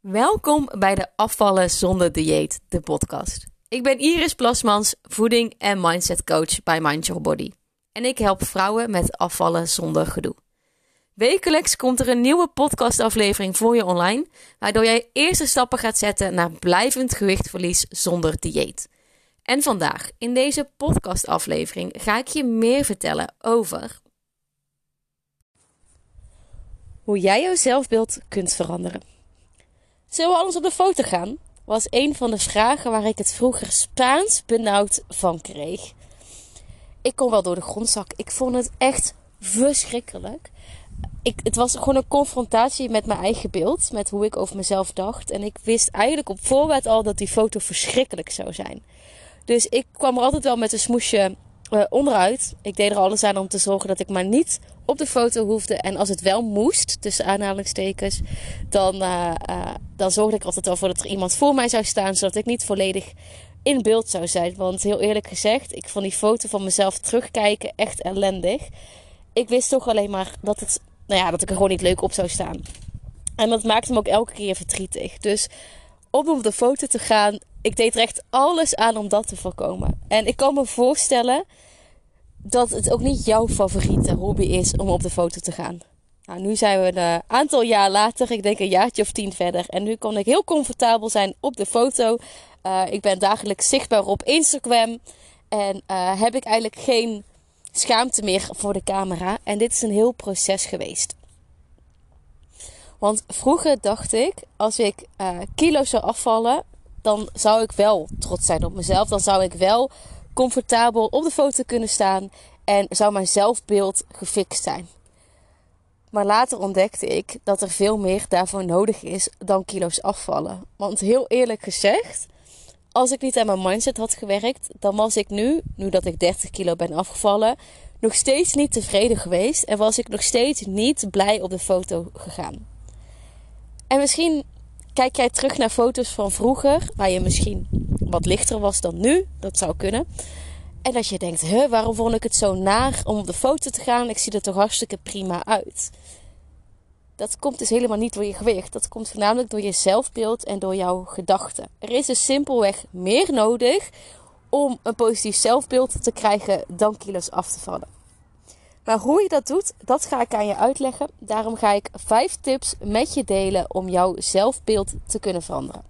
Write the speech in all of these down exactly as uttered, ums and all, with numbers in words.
Welkom bij de Afvallen zonder dieet, de podcast. Ik ben Iris Plasmans, voeding- en mindset coach bij Mind Your Body. En ik help vrouwen met afvallen zonder gedoe. Wekelijks komt er een nieuwe podcastaflevering voor je online, waardoor jij eerste stappen gaat zetten naar blijvend gewichtverlies zonder dieet. En vandaag, in deze podcastaflevering, ga ik je meer vertellen over hoe jij jouw zelfbeeld kunt veranderen. Zullen we alles op de foto gaan? Was een van de vragen waar ik het vroeger Spaans benauwd van kreeg. Ik kon wel door de grond zakken. Ik vond het echt verschrikkelijk. Ik, het was gewoon een confrontatie met mijn eigen beeld. Met hoe ik over mezelf dacht. En ik wist eigenlijk op voorbaat al dat die foto verschrikkelijk zou zijn. Dus ik kwam er altijd wel met een smoesje uh, onderuit. Ik deed er alles aan om te zorgen dat ik maar niet op de foto hoefde. En als het wel moest, tussen aanhalingstekens, dan, uh, uh, dan zorgde ik altijd wel voor dat er iemand voor mij zou staan. Zodat ik niet volledig in beeld zou zijn. Want heel eerlijk gezegd, ik vond die foto van mezelf terugkijken echt ellendig. Ik wist toch alleen maar dat, het, nou ja, dat ik er gewoon niet leuk op zou staan. En dat maakte me ook elke keer verdrietig. Dus om op de foto te gaan, ik deed er echt alles aan om dat te voorkomen. En ik kan me voorstellen dat het ook niet jouw favoriete hobby is om op de foto te gaan. Nou, nu zijn we een aantal jaar later, ik denk een jaartje of tien verder. En nu kon ik heel comfortabel zijn op de foto. Uh, ik ben dagelijks zichtbaar op Instagram. En uh, heb ik eigenlijk geen schaamte meer voor de camera. En dit is een heel proces geweest. Want vroeger dacht ik, als ik uh, kilo's zou afvallen, dan zou ik wel trots zijn op mezelf. Dan zou ik wel comfortabel op de foto kunnen staan en zou mijn zelfbeeld gefixt zijn. Maar later ontdekte ik dat er veel meer daarvoor nodig is dan kilo's afvallen. Want heel eerlijk gezegd, als ik niet aan mijn mindset had gewerkt, dan was ik nu, nu dat ik dertig kilo ben afgevallen, nog steeds niet tevreden geweest. En was ik nog steeds niet blij op de foto gegaan. En misschien kijk jij terug naar foto's van vroeger, waar je misschien wat lichter was dan nu. Dat zou kunnen. En dat je denkt, huh, waarom vond ik het zo naar om op de foto te gaan? Ik zie er toch hartstikke prima uit. Dat komt dus helemaal niet door je gewicht. Dat komt voornamelijk door je zelfbeeld en door jouw gedachten. Er is dus simpelweg meer nodig om een positief zelfbeeld te krijgen dan kilo's af te vallen. Maar hoe je dat doet, dat ga ik aan je uitleggen. Daarom ga ik vijf tips met je delen om jouw zelfbeeld te kunnen veranderen.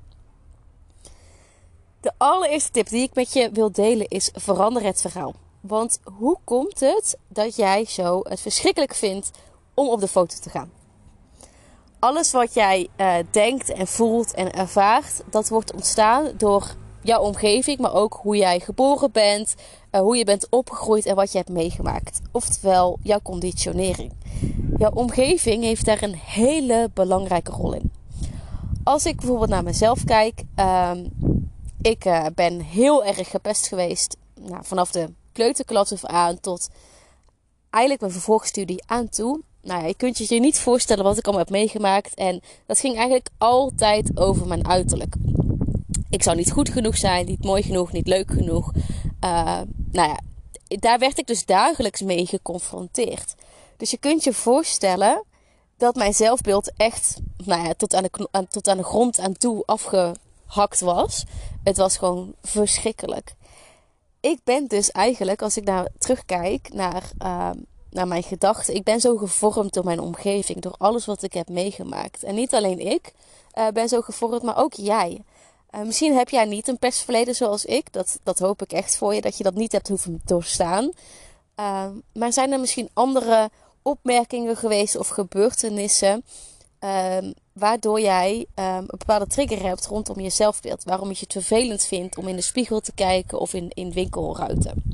De allereerste tip die ik met je wil delen is: verander het verhaal. Want hoe komt het dat jij zo het verschrikkelijk vindt om op de foto te gaan? Alles wat jij uh, denkt en voelt en ervaart, dat wordt ontstaan door jouw omgeving, maar ook hoe jij geboren bent, uh, hoe je bent opgegroeid en wat je hebt meegemaakt. Oftewel, jouw conditionering. Jouw omgeving heeft daar een hele belangrijke rol in. Als ik bijvoorbeeld naar mezelf kijk, uh, ik uh, ben heel erg gepest geweest, nou, vanaf de kleuterklas af aan tot eigenlijk mijn vervolgstudie aan toe. Nou ja, je kunt je niet voorstellen wat ik allemaal heb meegemaakt. En dat ging eigenlijk altijd over mijn uiterlijk. Ik zou niet goed genoeg zijn, niet mooi genoeg, niet leuk genoeg. Uh, nou ja, daar werd ik dus dagelijks mee geconfronteerd. Dus je kunt je voorstellen dat mijn zelfbeeld echt nou ja, tot, aan de, aan, tot aan de grond aan toe afgehakt was. Het was gewoon verschrikkelijk. Ik ben dus eigenlijk, als ik naar terugkijk naar... Uh, naar mijn gedachten. Ik ben zo gevormd door mijn omgeving. Door alles wat ik heb meegemaakt. En niet alleen ik uh, ben zo gevormd, maar ook jij. Uh, misschien heb jij niet een pestverleden zoals ik. Dat, dat hoop ik echt voor je. Dat je dat niet hebt hoeven doorstaan. Uh, maar zijn er misschien andere opmerkingen geweest of gebeurtenissen. Uh, waardoor jij uh, een bepaalde trigger hebt rondom je zelfbeeld. Waarom je het vervelend vindt om in de spiegel te kijken of in, in winkelruiten.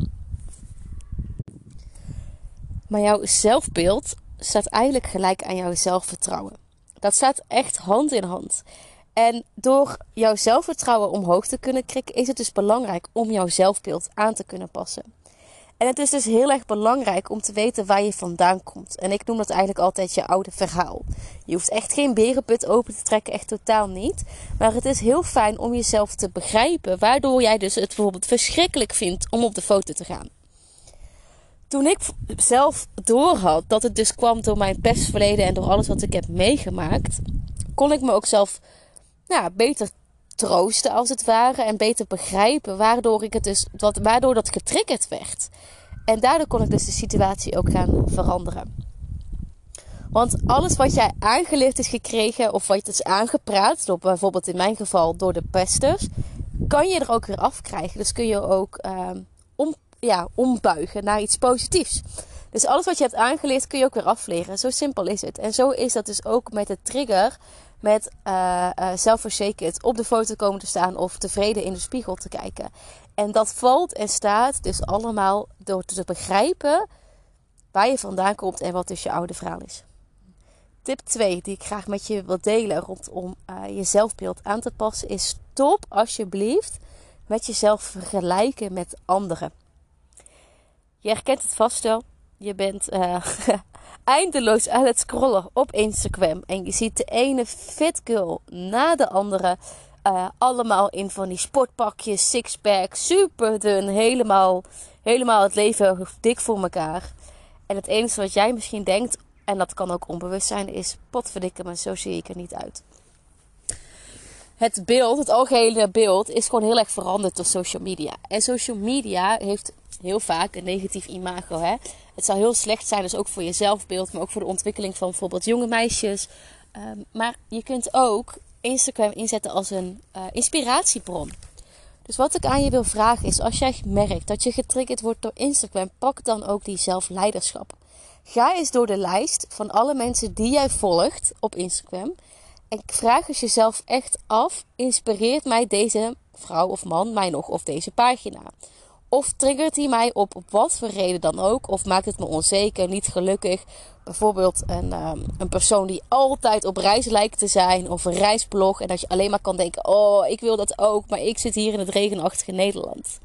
Maar jouw zelfbeeld staat eigenlijk gelijk aan jouw zelfvertrouwen. Dat staat echt hand in hand. En door jouw zelfvertrouwen omhoog te kunnen krikken, is het dus belangrijk om jouw zelfbeeld aan te kunnen passen. En het is dus heel erg belangrijk om te weten waar je vandaan komt. En ik noem dat eigenlijk altijd je oude verhaal. Je hoeft echt geen berenput open te trekken, echt totaal niet. Maar het is heel fijn om jezelf te begrijpen, waardoor jij dus het bijvoorbeeld verschrikkelijk vindt om op de foto te gaan. Toen ik zelf doorhad dat het dus kwam door mijn pestverleden en door alles wat ik heb meegemaakt, kon ik me ook zelf ja, beter troosten als het ware. En beter begrijpen waardoor, ik het dus, wat, waardoor dat getriggerd werd. En daardoor kon ik dus de situatie ook gaan veranderen. Want alles wat jij aangeleerd is gekregen of wat is aangepraat, door bijvoorbeeld in mijn geval door de pesters, kan je er ook weer afkrijgen. Dus kun je ook uh, om, ja, ombuigen naar iets positiefs. Dus alles wat je hebt aangeleerd kun je ook weer afleren. Zo simpel is het. En zo is dat dus ook met de trigger met uh, uh, zelfverzekerd op de foto komen te staan of tevreden in de spiegel te kijken. En dat valt en staat dus allemaal door te begrijpen waar je vandaan komt en wat dus je oude verhaal is. Tip twee die ik graag met je wil delen rondom uh, je zelfbeeld aan te passen is: stop alsjeblieft met jezelf vergelijken met anderen. Je herkent het vast wel. Je bent uh, eindeloos aan het scrollen op Instagram. En je ziet de ene fit girl na de andere. Uh, allemaal in van die sportpakjes, sixpack, super dun. Helemaal, helemaal het leven dik voor elkaar. En het enige wat jij misschien denkt, en dat kan ook onbewust zijn, is: potverdikke me, zo zie ik er niet uit. Het beeld, het algehele beeld, is gewoon heel erg veranderd door social media. En social media heeft heel vaak een negatief imago. Hè? Het zou heel slecht zijn, dus ook voor je zelfbeeld, maar ook voor de ontwikkeling van bijvoorbeeld jonge meisjes. Um, maar je kunt ook Instagram inzetten als een uh, inspiratiebron. Dus wat ik aan je wil vragen is: als jij merkt dat je getriggerd wordt door Instagram, pak dan ook die zelfleiderschap. Ga eens door de lijst van alle mensen die jij volgt op Instagram. En vraag eens jezelf echt af: inspireert mij deze vrouw of man mij nog of deze pagina? Of triggert hij mij op, op wat voor reden dan ook? Of maakt het me onzeker, niet gelukkig? Bijvoorbeeld een, um, een persoon die altijd op reis lijkt te zijn. Of een reisblog. En dat je alleen maar kan denken: oh, ik wil dat ook. Maar ik zit hier in het regenachtige Nederland.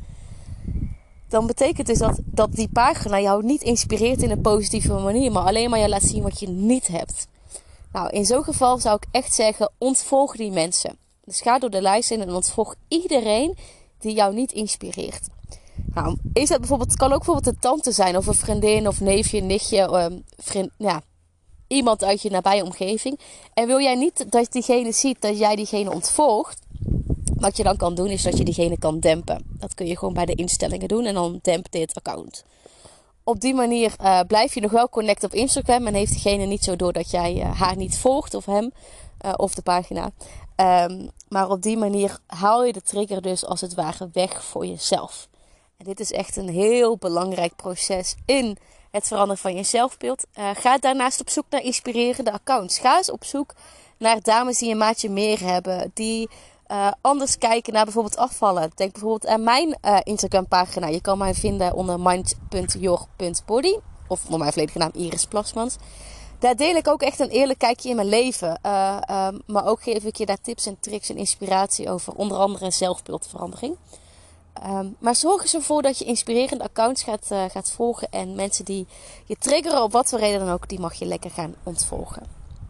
Dan betekent dus dat, dat die pagina jou niet inspireert in een positieve manier. Maar alleen maar je laat zien wat je niet hebt. Nou, in zo'n geval zou ik echt zeggen: ontvolg die mensen. Dus ga door de lijst in en ontvolg iedereen die jou niet inspireert. Nou, is dat bijvoorbeeld, het kan ook bijvoorbeeld een tante zijn, of een vriendin, of neefje, nichtje, um, vriend, ja, iemand uit je nabije omgeving. En wil jij niet dat diegene ziet dat jij diegene ontvolgt, wat je dan kan doen is dat je diegene kan dempen. Dat kun je gewoon bij de instellingen doen en dan demp dit account. Op die manier uh, blijf je nog wel connect op Instagram en heeft diegene niet zo door dat jij uh, haar niet volgt of hem uh, of de pagina. Um, maar op die manier haal je de trigger dus als het ware weg voor jezelf. En dit is echt een heel belangrijk proces in het veranderen van je zelfbeeld. Uh, ga daarnaast op zoek naar inspirerende accounts. Ga eens op zoek naar dames die een maatje meer hebben. Die uh, anders kijken naar bijvoorbeeld afvallen. Denk bijvoorbeeld aan mijn uh, Instagram pagina. Je kan mij vinden onder mind punt your punt body. Of onder mijn volledige naam Iris Plasmans. Daar deel ik ook echt een eerlijk kijkje in mijn leven. Uh, uh, maar ook geef ik je daar tips en tricks en inspiratie over. Onder andere zelfbeeldverandering. Um, maar zorg eens ervoor dat je inspirerende accounts gaat, uh, gaat volgen. En mensen die je triggeren op wat voor reden dan ook, die mag je lekker gaan ontvolgen.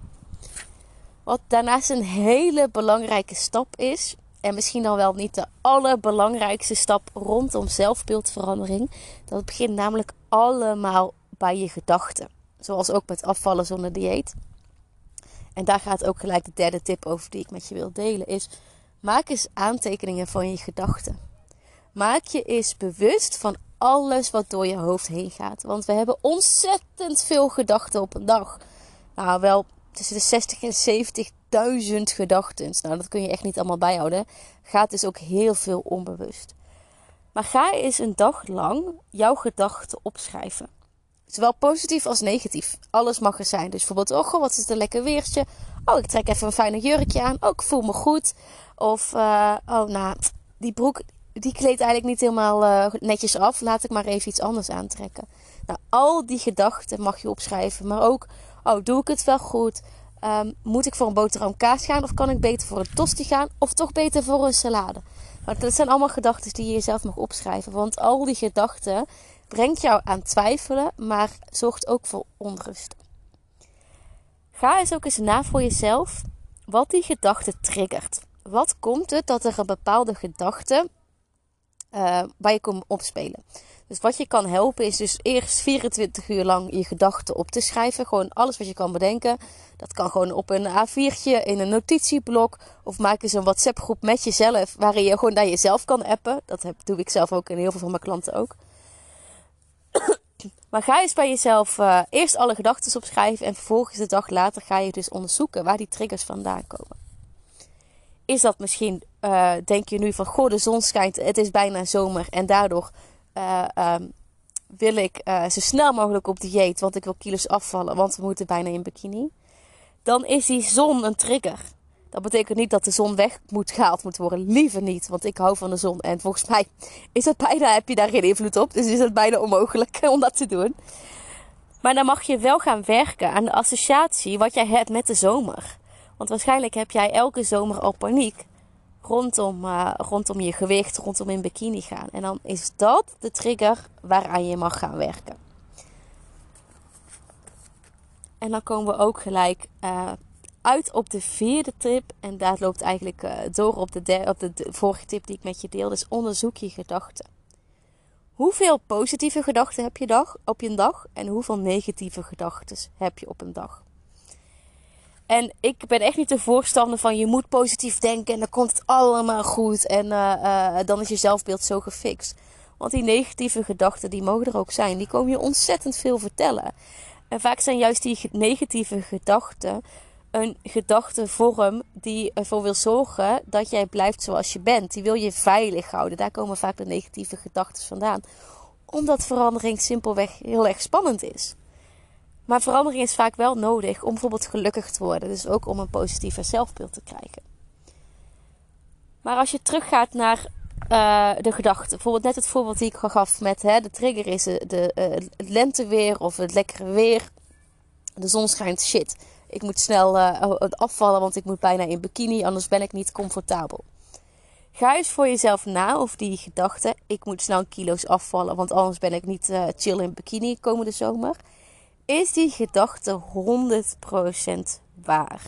Wat daarnaast een hele belangrijke stap is. En misschien dan wel niet de allerbelangrijkste stap rondom zelfbeeldverandering. Dat begint namelijk allemaal bij je gedachten. Zoals ook met afvallen zonder dieet. En daar gaat ook gelijk de derde tip over die ik met je wil delen. Is: maak eens aantekeningen van je gedachten. Maak je eens bewust van alles wat door je hoofd heen gaat. Want we hebben ontzettend veel gedachten op een dag. Nou, wel tussen de zestig en zeventigduizend gedachten. Nou, dat kun je echt niet allemaal bijhouden. Gaat dus ook heel veel onbewust. Maar ga eens een dag lang jouw gedachten opschrijven. Zowel positief als negatief. Alles mag er zijn. Dus bijvoorbeeld: oh, goh, wat is het een lekker weertje. Oh, ik trek even een fijne jurkje aan. Oh, ik voel me goed. Of, uh, oh, nou, die broek, die kleedt eigenlijk niet helemaal uh, netjes af. Laat ik maar even iets anders aantrekken. Nou, al die gedachten mag je opschrijven. Maar ook: oh, doe ik het wel goed? Um, moet ik voor een boterham kaas gaan? Of kan ik beter voor een tosti gaan? Of toch beter voor een salade? Nou, dat zijn allemaal gedachten die je jezelf mag opschrijven. Want al die gedachten brengt jou aan twijfelen, maar zorgt ook voor onrust. Ga eens ook eens na voor jezelf wat die gedachte triggert. Wat komt het dat er een bepaalde gedachte uh, bij je komt opspelen? Dus wat je kan helpen is dus eerst vierentwintig uur lang je gedachten op te schrijven. Gewoon alles wat je kan bedenken. Dat kan gewoon op een A viertje, in een notitieblok. Of maak eens een WhatsApp groep met jezelf. Waarin je gewoon naar jezelf kan appen. Dat heb, doe ik zelf ook en heel veel van mijn klanten ook. Maar ga eens bij jezelf uh, eerst alle gedachten opschrijven. En vervolgens de dag later ga je dus onderzoeken waar die triggers vandaan komen. Is dat misschien, uh, denk je nu van, goh, de zon schijnt, het is bijna zomer. En daardoor uh, um, wil ik uh, zo snel mogelijk op dieet, want ik wil kilo's afvallen, want we moeten bijna in bikini. Dan is die zon een trigger. Dat betekent niet dat de zon weg moet gehaald moet worden. Liever niet, want ik hou van de zon. En volgens mij is het bijna, heb je daar geen invloed op. Dus is het bijna onmogelijk om dat te doen. Maar dan mag je wel gaan werken aan de associatie wat jij hebt met de zomer. Want waarschijnlijk heb jij elke zomer al paniek rondom, uh, rondom je gewicht, rondom in bikini gaan. En dan is dat de trigger waaraan je mag gaan werken. En dan komen we ook gelijk uh, uit op de vierde tip. En daar loopt eigenlijk uh, door op, de, der, op de, de vorige tip die ik met je deel. Dus onderzoek je gedachten. Hoeveel positieve gedachten heb je dag, op je dag? En hoeveel negatieve gedachten heb je op een dag? En ik ben echt niet de voorstander van je moet positief denken en dan komt het allemaal goed. En uh, uh, dan is je zelfbeeld zo gefixt. Want die negatieve gedachten, die mogen er ook zijn. Die komen je ontzettend veel vertellen. En vaak zijn juist die negatieve gedachten een gedachtevorm die ervoor wil zorgen dat jij blijft zoals je bent. Die wil je veilig houden. Daar komen vaak de negatieve gedachten vandaan. Omdat verandering simpelweg heel erg spannend is. Maar verandering is vaak wel nodig om bijvoorbeeld gelukkig te worden. Dus ook om een positiever zelfbeeld te krijgen. Maar als je teruggaat naar uh, de gedachten. Bijvoorbeeld net het voorbeeld die ik gaf met hè, de trigger is de, de, uh, het lenteweer of het lekkere weer. De zon schijnt, shit. Ik moet snel uh, afvallen, want ik moet bijna in bikini, anders ben ik niet comfortabel. Ga eens voor jezelf na of die gedachte, ik moet snel kilo's afvallen, want anders ben ik niet uh, chill in bikini komende zomer. Is die gedachte honderd procent waar?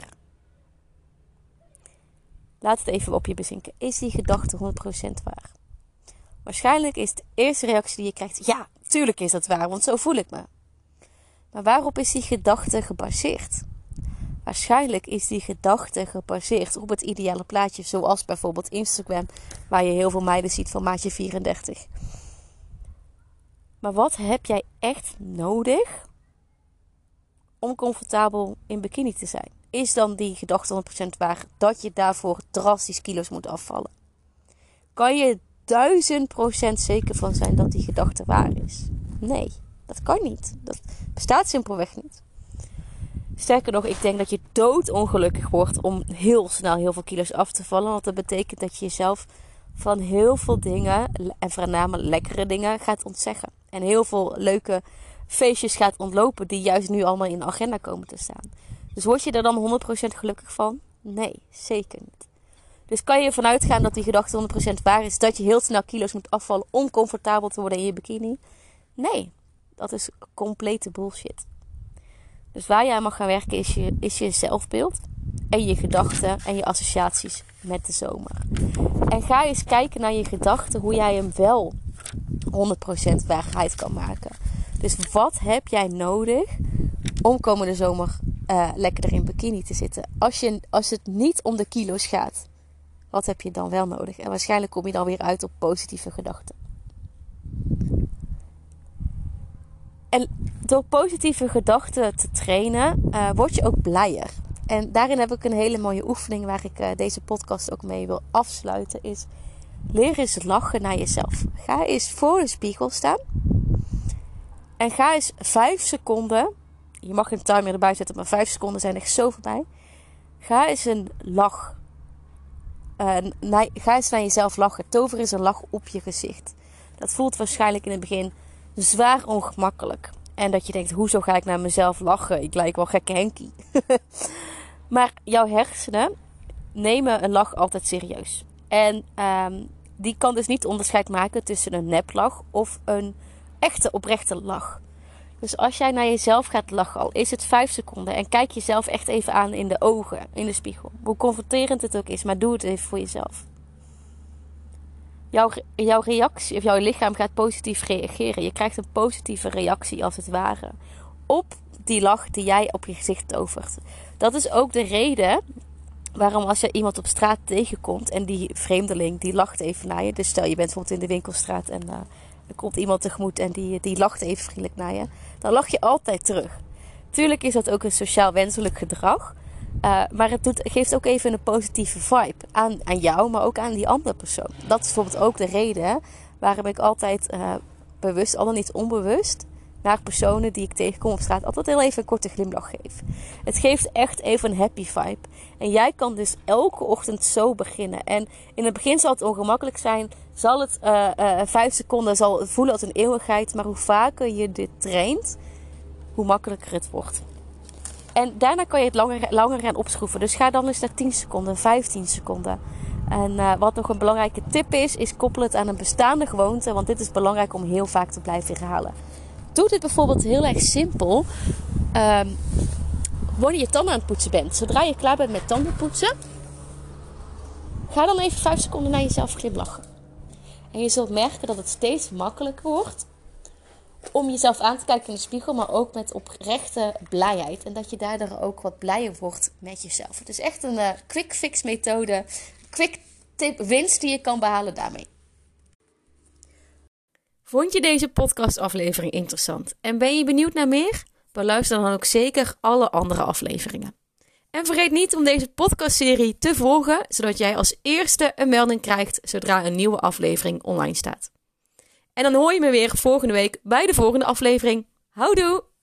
Laat het even op je bezinken. Is die gedachte honderd procent waar? Waarschijnlijk is de eerste reactie die je krijgt, ja, tuurlijk is dat waar, want zo voel ik me. Maar waarop is die gedachte gebaseerd? Waarschijnlijk is die gedachte gebaseerd op het ideale plaatje, zoals bijvoorbeeld Instagram, waar je heel veel meiden ziet van maatje vierendertig. Maar wat heb jij echt nodig om comfortabel in bikini te zijn? Is dan die gedachte honderd procent waar dat je daarvoor drastisch kilo's moet afvallen? Kan je duizend procent zeker van zijn dat die gedachte waar is? Nee, dat kan niet. Dat bestaat simpelweg niet. Sterker nog, ik denk dat je doodongelukkig wordt om heel snel heel veel kilo's af te vallen. Want dat betekent dat je jezelf van heel veel dingen, en voornamelijk lekkere dingen, gaat ontzeggen. En heel veel leuke feestjes gaat ontlopen die juist nu allemaal in de agenda komen te staan. Dus word je er dan honderd procent gelukkig van? Nee, zeker niet. Dus kan je ervan uitgaan dat die gedachte honderd procent waar is, dat je heel snel kilo's moet afvallen om comfortabel te worden in je bikini? Nee, dat is complete bullshit. Dus waar jij aan mag gaan werken is je, is je zelfbeeld en je gedachten en je associaties met de zomer. En ga eens kijken naar je gedachten, hoe jij hem wel honderd procent waarheid kan maken. Dus wat heb jij nodig om komende zomer uh, lekkerder in bikini te zitten? Als, je, als het niet om de kilo's gaat, wat heb je dan wel nodig? En waarschijnlijk kom je dan weer uit op positieve gedachten. En door positieve gedachten te trainen, uh, word je ook blijer. En daarin heb ik een hele mooie oefening waar ik uh, deze podcast ook mee wil afsluiten. Is leer eens lachen naar jezelf. Ga eens voor de spiegel staan. En ga eens vijf seconden. Je mag een timer erbij zetten, maar vijf seconden zijn echt zo voorbij. Ga eens een lach. Uh, na, ga eens naar jezelf lachen. Tover eens een lach op je gezicht. Dat voelt waarschijnlijk in het begin zwaar ongemakkelijk. En dat je denkt, hoezo ga ik naar mezelf lachen? Ik lijk wel gekke Henkie. Maar jouw hersenen nemen een lach altijd serieus. En um, die kan dus niet onderscheid maken tussen een neplach of een echte oprechte lach. Dus als jij naar jezelf gaat lachen, al is het vijf seconden. En kijk jezelf echt even aan in de ogen, in de spiegel. Hoe confronterend het ook is, maar doe het even voor jezelf. jouw, jouw reactie of jouw lichaam gaat positief reageren. Je krijgt een positieve reactie als het ware op die lach die jij op je gezicht tovert. Dat is ook de reden waarom als je iemand op straat tegenkomt en die vreemdeling die lacht even naar je. Dus stel je bent bijvoorbeeld in de winkelstraat en uh, er komt iemand tegemoet en die, die lacht even vriendelijk naar je. Dan lach je altijd terug. Tuurlijk is dat ook een sociaal wenselijk gedrag. Uh, maar het doet, geeft ook even een positieve vibe aan, aan jou, maar ook aan die andere persoon. Dat is bijvoorbeeld ook de reden waarom ik altijd uh, bewust, al dan niet onbewust, naar personen die ik tegenkom op straat altijd heel even een korte glimlach geef. Het geeft echt even een happy vibe. En jij kan dus elke ochtend zo beginnen. En in het begin zal het ongemakkelijk zijn. Zal het uh, uh, vijf seconden zal voelen als een eeuwigheid. Maar hoe vaker je dit traint, hoe makkelijker het wordt. En daarna kan je het langer, langer gaan opschroeven. Dus ga dan eens naar tien seconden, vijftien seconden. En uh, wat nog een belangrijke tip is, is koppel het aan een bestaande gewoonte. Want dit is belangrijk om heel vaak te blijven herhalen. Doe dit bijvoorbeeld heel erg simpel. Um, wanneer je tanden aan het poetsen bent. Zodra je klaar bent met tanden poetsen, ga dan even vijf seconden naar jezelf glimlachen. En je zult merken dat het steeds makkelijker wordt om jezelf aan te kijken in de spiegel, maar ook met oprechte blijheid. En dat je daardoor ook wat blijer wordt met jezelf. Het is echt een uh, quick fix methode. Quick tip winst die je kan behalen daarmee. Vond je deze podcastaflevering interessant en ben je benieuwd naar meer? Beluister dan ook zeker alle andere afleveringen. En vergeet niet om deze podcastserie te volgen, zodat jij als eerste een melding krijgt zodra een nieuwe aflevering online staat. En dan hoor je me weer volgende week bij de volgende aflevering. Houdoe!